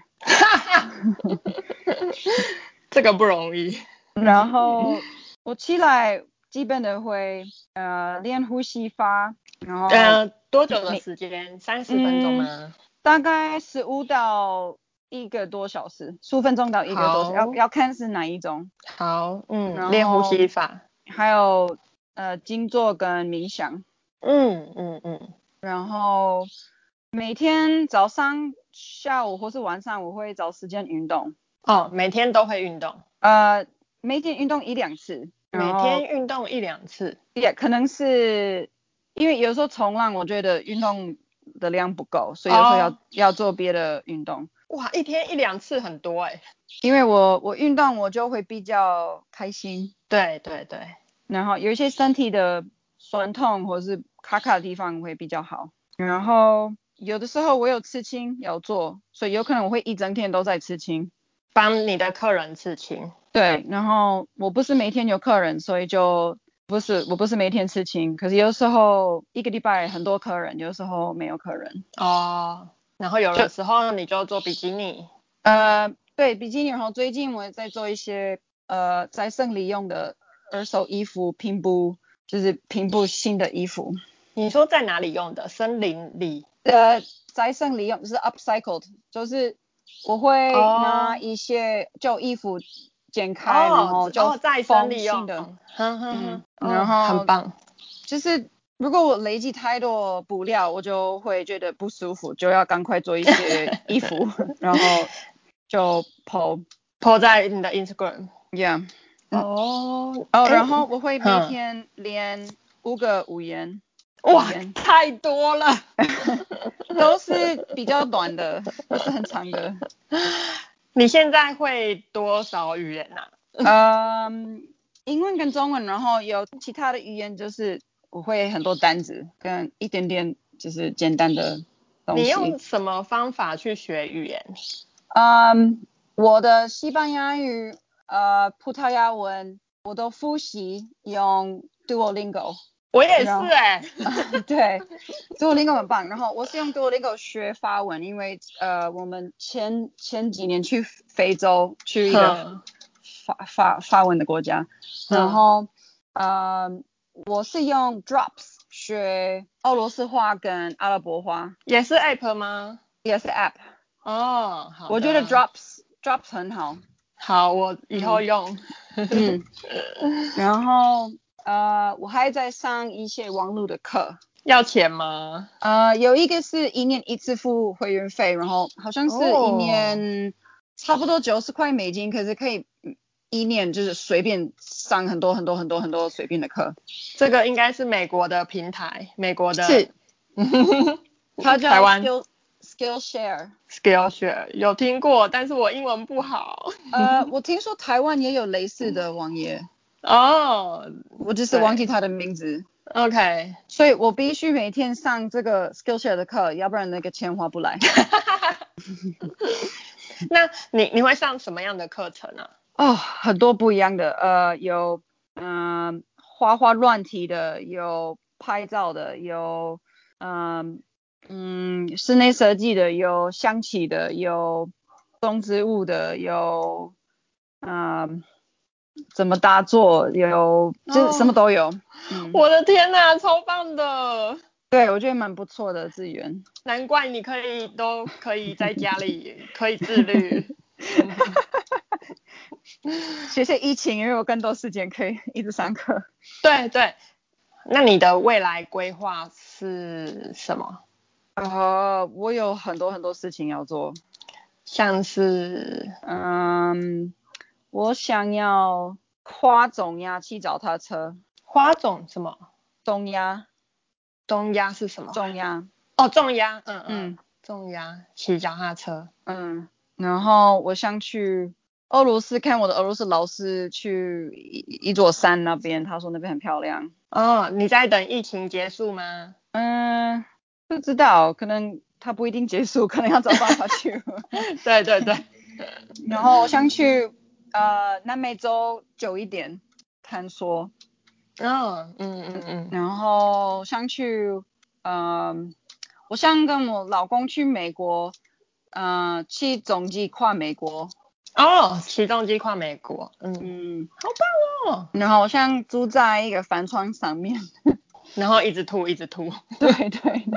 这个不容易。 然后我起来基本的会呃练呼吸法，然后呃，多久的每时间？三十分钟嗯吗？ 大概十五到一个多小时，十五分钟到一个多小时，要好， 要看是哪一种。 好，嗯，练呼然后吸法。 还有呃静坐跟冥想。 嗯嗯嗯。 然后每天早上、下午或是晚上我会找时间运动， 哦，每天都会运动。 呃，每天运动一两次，然每后天运动一两次。 也可能是因为有时候冲浪，我觉得运动的量不够，所以有时候要哦， 要做别的运动。 哇，一天一两次很多哎。 因为我我运动我就会比较开心， 对对对。 然后有一些身体的酸痛或是卡卡的地方会比较好。然后有的时候我有刺青要做，所以有可能我会一整天都在刺青。 帮你的客人刺青。 对，然后我不是每天有客人，所以就不是我不是每天刺青，可是有时候一个礼拜很多客人，有时候没有客人。 哦，然后有的时候你就做比基尼。 呃，对，比基尼，然后最近我也在做一些呃在生理用的二手衣服拼布，就是拼布新的衣服。 你说在哪里用的？森林里。 呃，再生利用就是 upcycled，就是我会拿哦一些旧衣服剪开，然哦后就哦，再生利用。 缝新的。 哼哼嗯， 哼，哦， 然后很棒。 就是如果我累积太多布料，我就会觉得不舒服，就要赶快做一些衣服，然后就抛 po 在你的 Instagram。 ，yeah，嗯， 哦， 哦， 哎， 然后我会每哼， 天练五个语言，语哇， 言太多了。 都是比较短的，不是很长的。 你现在会多少语言啊？ 嗯，英文跟中文，然后有其他的语言，就是我会很多单词跟一点点就是简单的东你用西。 什么方法去学语言？ 嗯，我的西班牙语、呃葡萄牙文我都复习用 Duolingo， 我也是然后哎、 对，Duolingo 很棒。然后我是用 Duolingo 学法文，因为呃我们前前几年去非洲去一个哼法法法文的国家，然哼， 后呃我是用 Drops 学俄罗斯话跟阿拉伯话， 也是 app 吗？ 也是 App。 哦，好我觉得的， Drops Drops 很好。 好，我以后嗯用。 嗯，然后呃我还在上一些网络的课。 要钱吗？ 呃，有一个是一年一次付会员费，然后好像是一哦， 年差不多九十块美金，可是可以嗯一年就是随便上很多很多很多很多随便的课。 这个应该是美国的平台，美国的。 是，它叫台湾 Skill Skillshare。 Skillshare 有听过，但是我英文不好。 呃，我听说台湾也有类似的网页， 哦， 我只是忘记对它的名字， ，OK。 所以我必须每天上这个 Skillshare 的课，要不然那个钱划不来。 那你你会上什么样的课程啊？ 哦，很多不一样的，呃，有嗯、呃花花乱体的，有拍照的，有嗯嗯室内设计的，有象棋的，有种植物的，有嗯、怎么搭作，有这什么哦， 都有。嗯， 我的天哪，超棒的！ 对，我觉得蛮不错的资源。 难怪你可以都可以在家里可以自律。 谢谢疫情，因为有更多时间可以一直上课。 对对，那你的未来规划是什么？ 呃，我有很多很多事情要做。 像是嗯，我想要花总呀骑脚踏车。 花种什么？ 中压。 中压是什么？ 中压。 哦，重压，嗯嗯， 嗯重压骑脚踏车。 嗯，然后我想去俄罗斯看我的俄罗斯老师，去一一座山那边，他说那边很漂亮。 哦，你在等疫情结束吗？ 嗯，不知道，可能他不一定结束，可能要找办法去。 对对对。 然后我想去呃南美洲久一点探索。 哦，嗯嗯嗯。 然后想去，嗯、我想跟我老公去美国，呃，去总计跨美国。 哦，起重机跨美国，嗯， 嗯， 好棒哦。 然后我想住在一个帆船上面。 然后一直吐，一直吐。 对对对。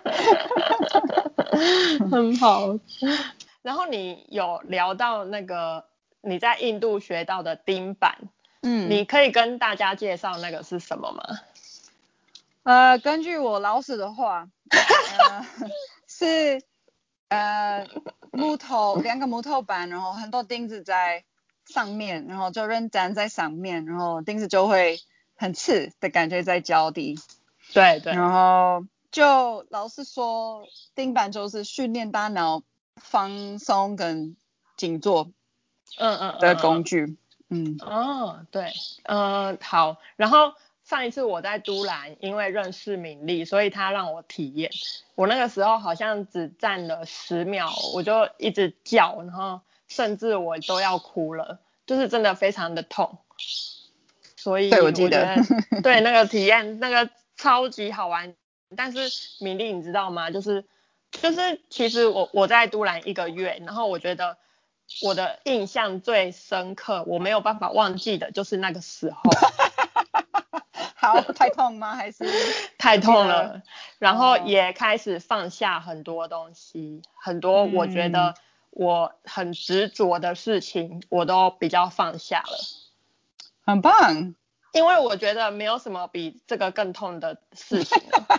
很好。然后你有聊到那个你在印度学到的钉板， 嗯， 你可以跟大家介绍那个是什么吗？ 呃，根据我老师的话，呃，是呃木头两个木头板，然后很多钉子在上面，然后就人站在上面，然后钉子就会很刺的感觉在脚底。 对对。 然后就老师说，钉板就是训练大脑放松跟静坐嗯嗯嗯的嗯嗯。 工具。嗯哦，对，呃，好。然后上一次我在都兰，因为认识敏丽，所以她让我体验。我那个时候好像只站了十秒，我就一直叫，然后甚至我都要哭了，就是真的非常的痛。所对，我以记得。 我觉得对那个体验那个超级好玩。但是敏丽你知道吗？就是就是其实我我在都兰一个月，然后我觉得我的印象最深刻，我没有办法忘记的就是那个时候。 好，太痛吗？还是太痛了？ 了，然后也开始放下很多东西，很多我觉得我很执着的事情，我都比较放下了。 很棒。 因为我觉得没有什么比这个更痛的事情了。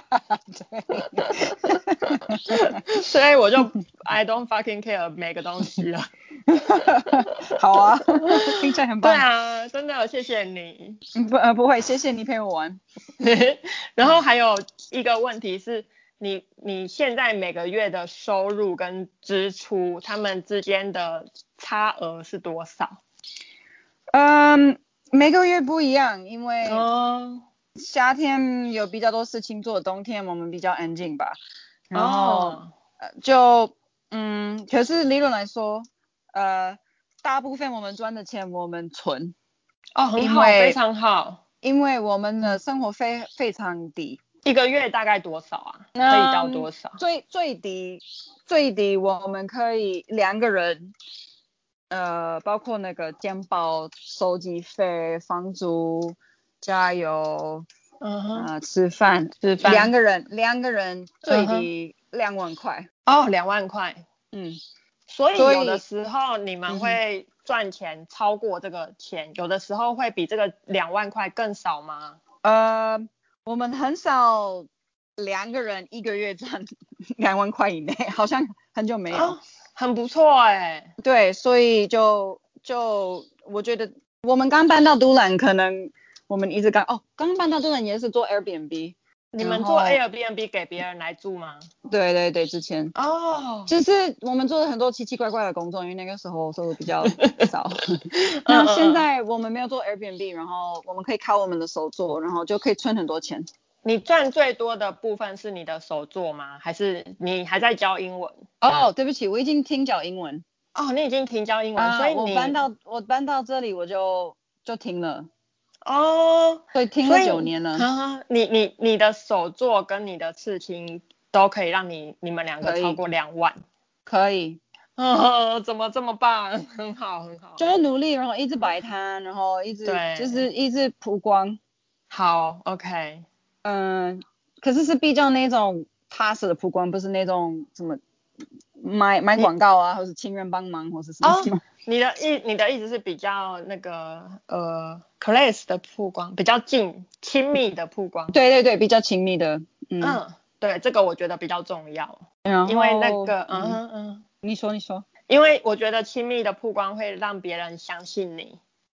所以我就 I don't fucking care 每个东西了。 好啊，听起来很棒。 对啊，真的谢谢你。 不呃不会，谢谢你陪我玩。 然后还有一个问题是，你你现在每个月的收入跟支出，他们之间的差额是多少？ 嗯，每个月不一样，因为哦夏天有比较多事情做，冬天我们比较安静吧。然后、 哦呃、就嗯，可是理论来说，呃，大部分我们赚的钱我们存。 哦，很因好，非为常好。 因为我们的生活费非常低。 一个月大概多少啊？可以到嗯， 多少？ 最最低最低我们可以两个人，呃，包括那个健保、手机费、房租、加油， 嗯哼。 呃，吃饭， 吃饭。 两个人两个人最嗯哼。 低两万块。 哦，两万块。 嗯， 所以有的所以时候你们嗯哼， 会赚钱超过这个钱，有的时候会比这个两万块更少吗？ 呃，我们很少两个人一个月赚两万块以内，好像很久没有。 哦，很不错哎。 对，所以就就我觉得我们刚搬到都兰，可能我们一直刚哦，刚搬到都兰也是做 Airbnb。 你们做然后 Airbnb 给别人来住吗？ 对对对，之前哦。 就是我们做了很多奇奇怪怪的工作，因为那个时候收入比较少。 嗯那嗯嗯。 现在我们没有做 Airbnb，然后我们可以靠我们的手做，然后就可以存很多钱。 你赚最多的部分是你的手作吗？还是你还在教英文？ 哦，对不起，我已经听讲英文。 哦，你已经停教英文，所啊， 以你我搬到我搬到这里我就就停了， 哦， 所以停了所以九年了。 啊，你你你的手作跟你的刺青都可以让你你们两个可以超过两万。 可以。 哦，怎么这么棒？很好很好。 就是努力，然后一直摆摊，然后一直就对。 是一直曝光。 好，OK。 嗯，可是是比较那种踏实的曝光，不是那种什么买买你广告啊，或是请人帮忙，或是什么什哦， 么。 你的意你的意思是比较那个呃 class 的曝光，比较近亲密的曝光。 对对对，比较亲密的。嗯， 嗯，对，这个我觉得比较重要， 然因为那后个嗯嗯， 哼嗯， 你说你说。 因为我觉得亲密的曝光会让别人相信你，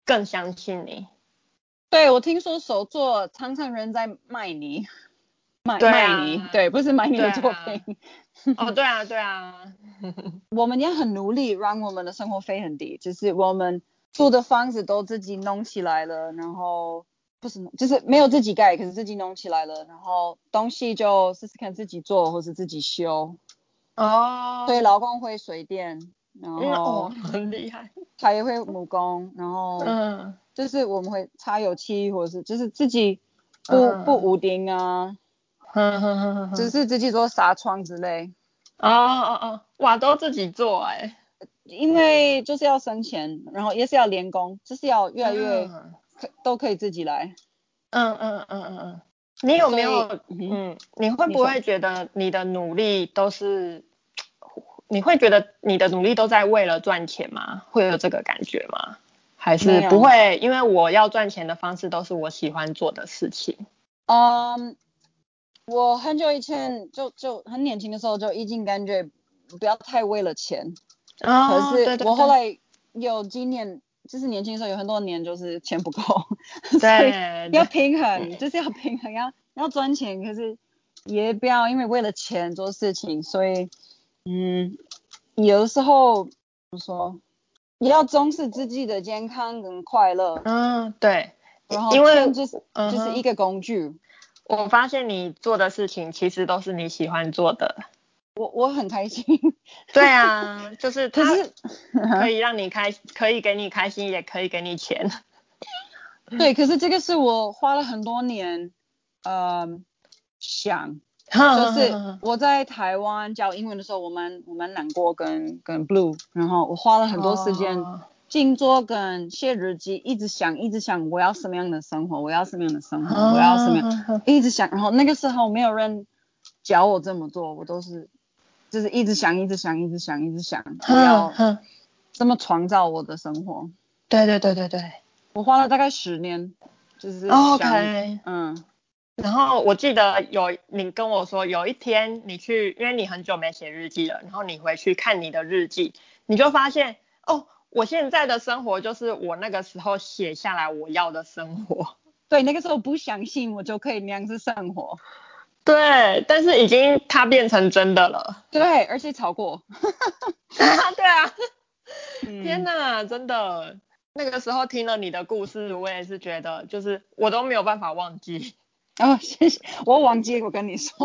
更相信你。 对，我听说手作常常人在卖你，卖、 对啊、 卖你，对，不是买你的作品。 啊、哦，对啊，对啊。 我们也很努力让我们的生活费很低，就是我们住的房子都自己弄起来了，然后不是就是没有自己盖，可是自己弄起来了，然后东西就试试看自己做或是自己修。 哦， 所以老公会水电，然嗯， 后哦，很厉害。 他也会木工，然后嗯就是我们会擦油漆，或者是就是自己布布嗯屋顶啊， 哼哼哼哼哼。 只是自己做纱窗之类。 哦哦哦，哇，都自己做哎。 因为就是要省钱，然后也是要练功，就是要越来越嗯可都可以自己来。 嗯嗯嗯嗯嗯。你有没所以， 有嗯， 嗯，你会你说， 不会觉得你的努力都是，你会觉得你的努力都在为了赚钱吗？会有这个感觉吗？还是不没有， 会？因为我要赚钱的方式都是我喜欢做的事情。 嗯，我很久以前就就很年轻的时候就已经感觉不要太为了钱，可哦， 是对对对我后来有几年，就是年轻的时候有很多年就是钱不够，所以要对对。 平衡，就是要平衡，要要赚钱，可是也不要因为为了钱做事情，所以嗯，有的时候怎么说，也要重视自己的健康跟快乐， 嗯，对， 然后因为钱就是嗯哼， 就是一个工具。 我发现你做的事情其实都是你喜欢做的。 我我很开心， 对啊，就是它可是可以让你开，可以给你开心，也可以给你钱。 对，可是这个是我花了很多年，呃，想，就是我在台湾教英文的时候，我蛮我蛮难过跟跟 blue，然后我花了很多时间哦， 静坐跟写日记，一直想一直想我要什么样的生活，我要什么样的生活，我要什么样， 哦， 一直想，然后那个时候没有人教我这么做，我都是就是一直想一直想一直想一直想，我要哼哼， 怎么创造我的生活。 对对对对对。 我花了大概十年，就是想， OK。 嗯， 然后我记得有你跟我说，有一天你去，因为你很久没写日记了，然后你回去看你的日记，你就发现，哦，我现在的生活就是我那个时候写下来我要的生活。 对，那个时候不相信我就可以那样子生活， 对，但是已经它变成真的了。 对，而且超过， 对啊，对啊。天嗯， 哪，真的，那个时候听了你的故事，我也是觉得，就是我都没有办法忘记。 哦，谢谢，我忘记我跟你说，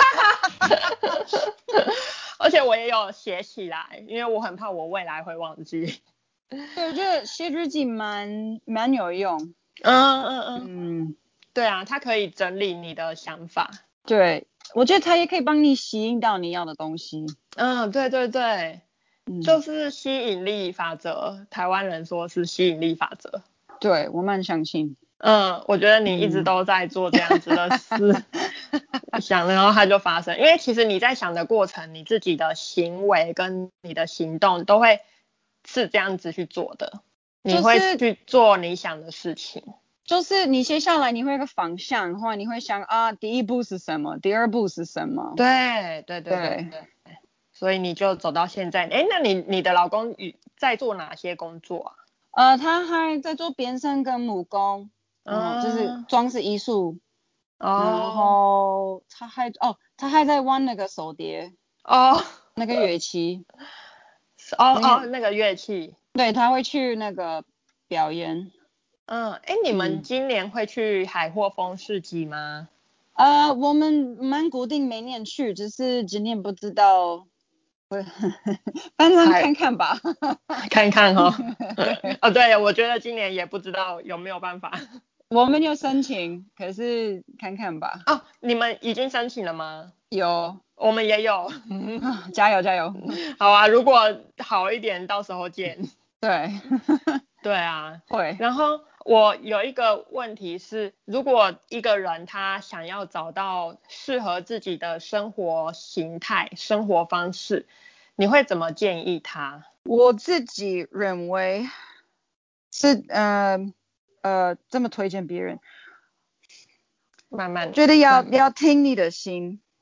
而且我也有写起来，因为我很怕我未来会忘记。 对，我觉得写日记蛮蛮有用， 嗯嗯嗯。 嗯， 对啊，它可以整理你的想法。 对，我觉得它也可以帮你吸引到你要的东西， 嗯，对对对，就嗯， 是吸引力法则，台湾人说是吸引力法则。 对我蛮相信， 嗯，我觉得你一直嗯， 都在做这样子的事，想，然后它就发生。因为其实你在想的过程，你自己的行为跟你的行动都会是这样子去做的，你会就是去做你想的事情。 就是你写下来，你会有个方向，然后你会想啊，第一步是什么，第二步是什么， 对对对对对。 对，所以你就走到现在。哎，那你你的老公与在做哪些工作啊？ 呃，他还在做变身跟木工，然后就是嗯， 装饰艺术，然哦后他还哦，他还在玩那个手碟， 哦那个乐器， 哦哦， 那个那个乐器。 对，他会去那个表演， 嗯，哎，你们嗯， 今年会去海货风市集吗？ 呃，我们蛮固定每年去，只是今年不知道，会，反正还看看吧， 看看哦。 对， 哦，对，我觉得今年也不知道有没有办法。 我们有申请，可是看看吧， 哦，你们已经申请了吗？ 有， 我们也有。 啊加油加油， 好啊，如果好一点，到时候见。 对， 对啊， 会。 然后我有一个问题是，如果一个人他想要找到适合自己的生活形态、生活方式，你会怎么建议他？ 我自己认为是呃呃这么推荐别人， 慢慢觉得要慢慢。 要听你的心，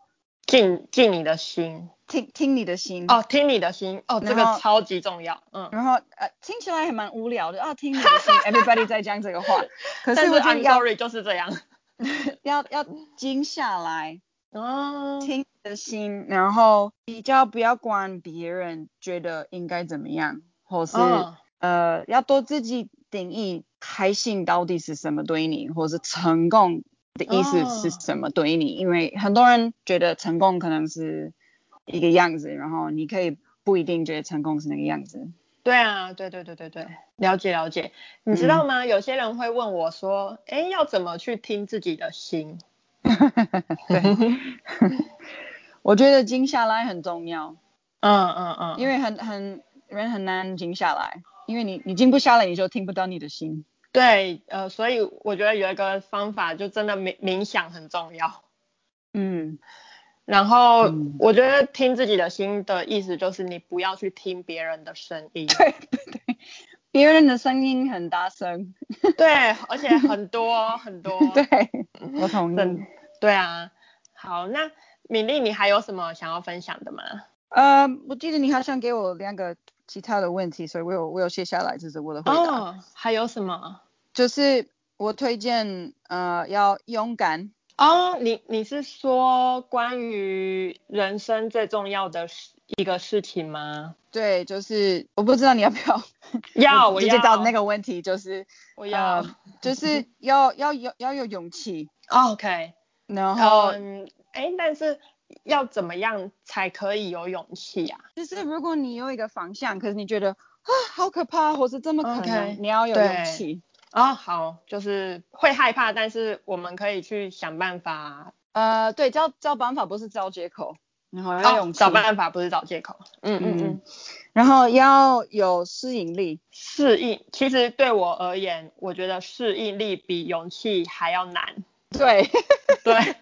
进进你的心， 听听你的心。 哦，听你的心，哦，这个超级重要。嗯， 然后呃，听起来还蛮无聊的啊，听你的心，everybody 在讲这个话。可是我觉得 I'm sorry 就是这样。 要要静下来， 哦， 听你的心，然后比较不要管别人觉得应该怎么样，或是、哦、呃要多自己定义开心到底是什么对你，或是成功的意思是什么对你，哦、因为很多人觉得成功可能是一个样子，然后你可以不一定觉得成功是那个样子。 对啊，对对对对对，了解了解。你知道吗？嗯、有些人会问我说，哎，要怎么去听自己的心？ 对，我觉得静下来很重要。 嗯嗯嗯， 因为很很人很难静下来，因为你你静不下来，你就听不到你的心。 对，呃，所以我觉得有一个方法，就真的冥冥想很重要。 嗯， 然后、嗯、我觉得听自己的心的意思就是你不要去听别人的声音。 对对，别人的声音很大声。 对，而且很多很多。 对，我同意。 对啊，好，那敏丽，你还有什么想要分享的吗？ 呃，我记得你好像给我两个其他的问题，所以我有我有写下来，这是我的回答。 哦，还有什么？ 就是我推荐呃要勇敢。 哦，你你是说关于人生最重要的一个事情吗？ 对，就是我不知道你要不要要我直接到那个问题，就是我要、 呃、就是要要有要有勇气。 OK， 然后嗯，哎，但是要怎么样才可以有勇气啊？ 就是如果你有一个方向，可是你觉得啊好可怕，或是这么可能， okay, 你要有勇气。 哦，好，就是会害怕，但是我们可以去想办法。 呃，对，找找办法不是找借口，然后要勇气。 哦、找办法不是找借口。嗯嗯嗯。 然后要有适应力。 适应，其实对我而言，我觉得适应力比勇气还要难。 对对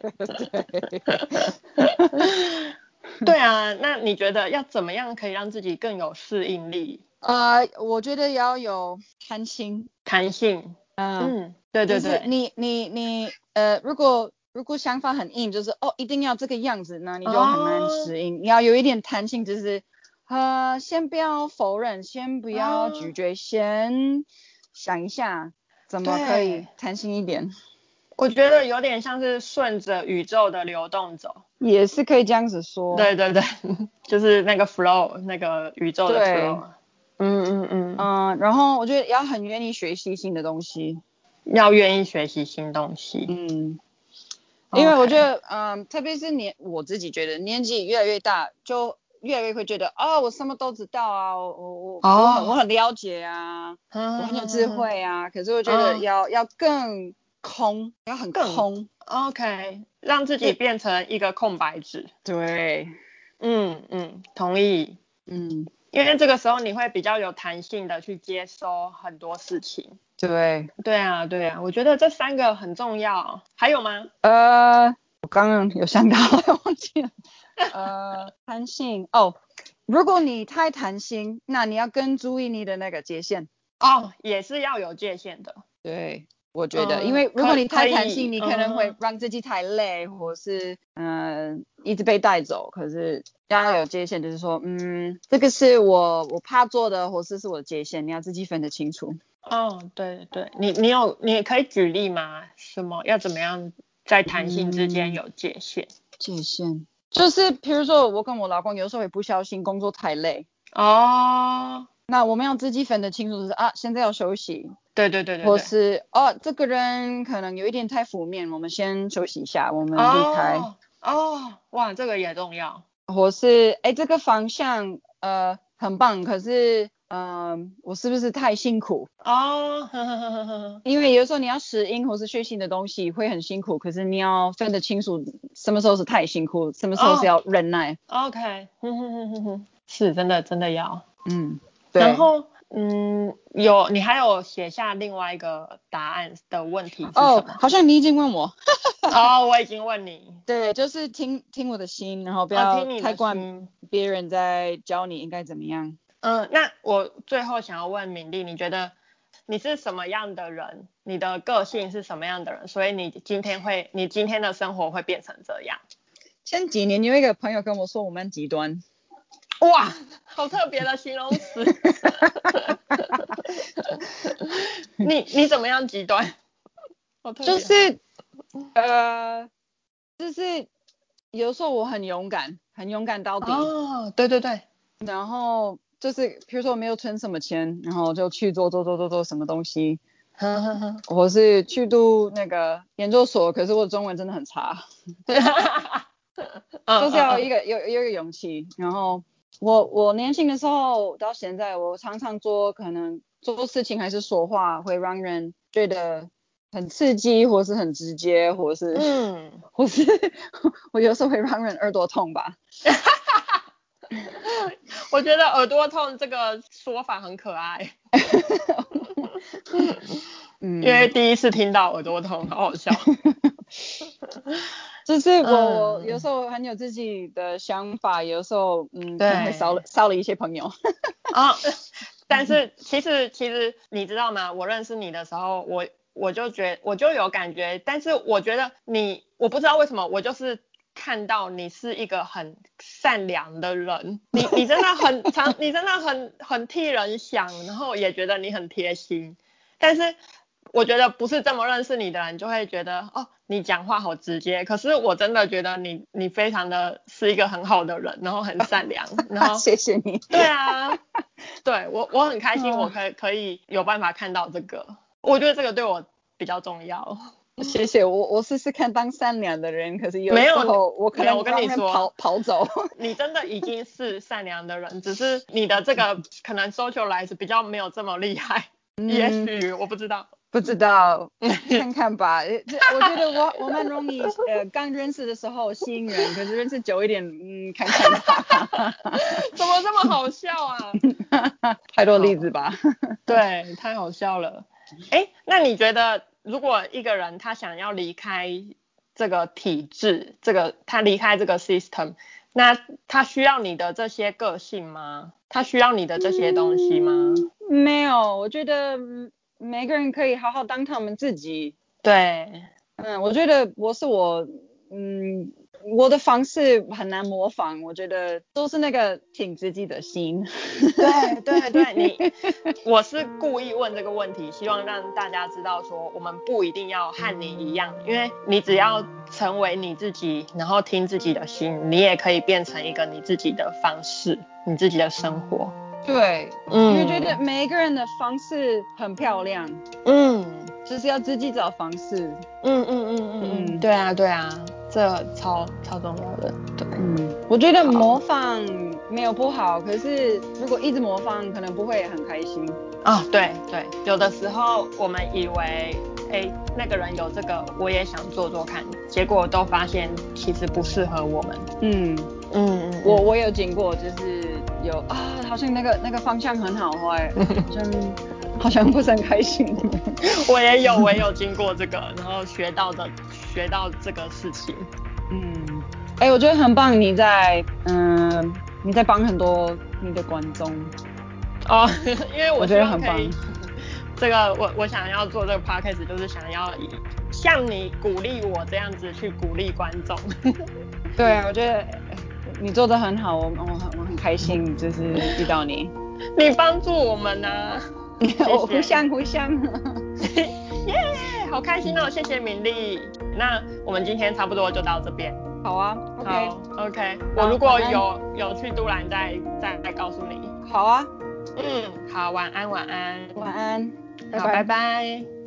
对啊，那你觉得要怎么样可以让自己更有适应力？ 呃，我觉得要有弹性。 弹性。 嗯、 嗯，对对对。 就是你你你呃，如果如果想法很硬，就是哦一定要这个样子，那你就很难适应。哦、你要有一点弹性，就是呃先不要否认，先不要拒绝，哦、先想一下怎么可以弹性一点。 我觉得有点像是顺着宇宙的流动走， 也是可以这样子说。 对对对，就是那个 flow， 那个宇宙的 flow。嗯嗯嗯嗯，然后我觉得要很愿意学习新的东西， 要愿意学习新东西。 嗯，因为我觉得，嗯，特别是年我自己觉得年纪越来越大，就越来越会觉得，哦，我什么都知道啊，我我、哦、我很我很了解啊，嗯、我很有智慧啊，可是我觉得要、嗯、要更空，要很空 ，OK， 让自己变成一个空白纸。 对， 嗯嗯，同意。 嗯， 因为这个时候你会比较有弹性的去接收很多事情。 对， 对啊对啊，我觉得这三个很重要。还有吗？ 呃，我刚刚有想到，忘记了。呃，弹性哦，如果你太弹性，那你要更注意你的那个界限。 哦，也是要有界限的。 对，我觉得，嗯、因为如果你太弹性，你可能会让自己太累， 嗯、 或是嗯、呃、一直被带走。可是要有界限，就是说，嗯，这个是我我怕做的，或是是我的界限，你要自己分得清楚。 哦，对对，你你有你可以举例吗？什么要怎么样在弹性之间有界限？嗯、 界限就是比如说我跟我老公有时候会不小心工作太累。 哦。 那我们要自己分得清楚，就是啊，现在要休息。 对对对对对。 或是哦，这个人可能有一点太负面，我们先休息一下，我们离开。 哦哦，哇，这个也重要。 或是哎，这个方向呃很棒，可是嗯、呃，我是不是太辛苦？ 哦，呵呵呵呵呵。 因为有时候你要适应或是学新的东西会很辛苦，可是你要分得清楚什么时候是太辛苦，什么时候是要忍耐。 哦、OK， 哼哼哼哼哼，是真的真的要。 嗯，对。 然后嗯，有你还有写下另外一个答案的问题是什么？ 哦，好像你已经问我。 哦，我已经问你。 对，就是听听我的心，然后不要太管别人在教你应该怎么样。 嗯，那我最后想要问敏丽，你觉得你是什么样的人？你的个性是什么样的人？所以你今天会，你今天的生活会变成这样？ 前几年有一个朋友跟我说我们极端。 哇，好特别的形容词。你你怎么样极端？好特别。 就是呃，就是有时候我很勇敢，很勇敢到底。 哦，对对对。 然后就是比如说我没有存什么钱，然后就去做做做做做什么东西。 呵呵呵。 我是去读那个研究所，可是我的中文真的很差。就是要一个有有一个勇气。然后我我年轻的时候到现在，我常常做可能做事情还是说话会让人觉得很刺激，或是很直接，或是嗯，或是我有时候会让人耳朵痛吧。 我觉得耳朵痛这个说法很可爱。嗯，因为第一次听到耳朵痛，好好笑。 就是我我有时候很有自己的想法，有时候嗯可能会少了少了一些朋友。 啊，但是其实其实你知道吗？我认识你的时候，我我就觉我就有感觉，但是我觉得你，我不知道为什么，我就是看到你是一个很善良的人，你你真的很常，你真的很很替人想，然后也觉得你很贴心，但是我觉得不是这么认识你的人就会觉得哦，你讲话好直接，可是我真的觉得你你非常的是一个很好的人，然后很善良，然后谢谢你。 对啊，对我我很开心，我可以可以有办法看到这个，我觉得这个对我比较重要。 谢谢，我我试试看当善良的人，可是有时候我可能我跟你说跑跑走。 你真的已经是善良的人，只是你的这个可能 socialize 比较没有这么厉害，嗯、也许我不知道。 不知道，看看吧。我觉得我我蛮容易，呃，刚认识的时候吸引人，可是认识久一点，嗯，看看吧。 怎么这么好笑啊？ 太多例子吧。 对，太好笑了。哎，那你觉得如果一个人他想要离开这个体制，这个他离开这个 system， 那他需要你的这些个性吗？他需要你的这些东西吗？ 嗯、没有，我觉得每个人可以好好当他们自己。 对， 嗯，我觉得我是我，嗯，我的方式很难模仿，我觉得都是那个挺自己的心。 对对对，你，我是故意问这个问题，希望让大家知道说，我们不一定要和你一样，因为你只要成为你自己，然后听自己的心，你也可以变成一个你自己的方式，你自己的生活。 对，嗯，因为觉得每一个人的方式很漂亮，嗯，就是要自己找方式， 嗯嗯嗯嗯嗯，对啊对啊，这超超重要的，对， 嗯，我觉得模仿没有不好，可是如果一直模仿，可能不会很开心。 啊、哦，对对，有的时候我们以为，哎，那个人有这个，我也想做做看，结果都发现其实不适合我们。嗯嗯嗯，我我有经过，就是有啊，好像那个那个方向很好，好像好像不是很开心。 我也有，我也有经过这个，然后学到的学到这个事情。 嗯，哎、欸，我觉得很棒，你在嗯、呃、你在帮很多你的观众。 哦，因为我觉得很棒。 这个我我想要做这个 podcast 就是想要像你鼓励我这样子去鼓励观众。 对啊，我觉得你做得很好，我我很我很开心，就是遇到你。 你帮助我们啊，谢谢。 互相互相。 耶，好开心哦，谢谢敏丽。那我们今天差不多就到这边。 好啊 ，OK。 好 ，OK。我如果有有去都兰再再再告诉你。 好啊。 嗯，好，晚安晚安。 晚安。 好，拜拜。